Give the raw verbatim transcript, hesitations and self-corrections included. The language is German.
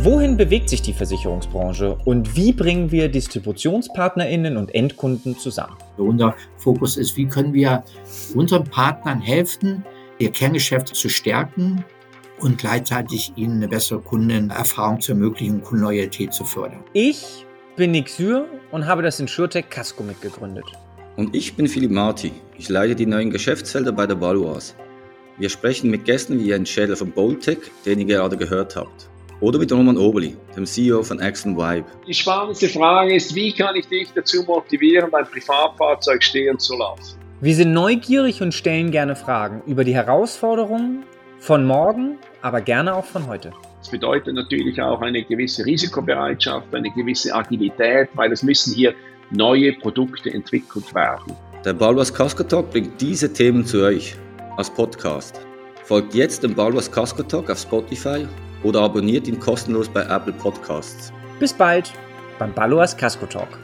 Wohin bewegt sich die Versicherungsbranche und wie bringen wir DistributionspartnerInnen und Endkunden zusammen? Unser Fokus ist, wie können wir unseren Partnern helfen, ihr Kerngeschäft zu stärken und gleichzeitig ihnen eine bessere Kundenerfahrung zu ermöglichen und Kundenloyalität zu fördern. Ich bin Nick Sühr und habe das Insurtech Casco mitgegründet. Und ich bin Philipp Marti. Ich leite die neuen Geschäftsfelder bei der Baloise. Wir sprechen mit Gästen wie Jens Schädler von Boltec, den ihr gerade gehört habt. Oder mit Roman Oberli, dem C E O von Axon Vibe. Die spannendste Frage ist, wie kann ich dich dazu motivieren, dein Privatfahrzeug stehen zu lassen? Wir sind neugierig und stellen gerne Fragen über die Herausforderungen von morgen, aber gerne auch von heute. Das bedeutet natürlich auch eine gewisse Risikobereitschaft, eine gewisse Agilität, weil es müssen hier neue Produkte entwickelt werden. Der Baloise Casco Talk bringt diese Themen zu euch als Podcast. Folgt jetzt dem Baloise Casco Talk auf Spotify oder abonniert ihn kostenlos bei Apple Podcasts. Bis bald beim Baloise Casco Talk.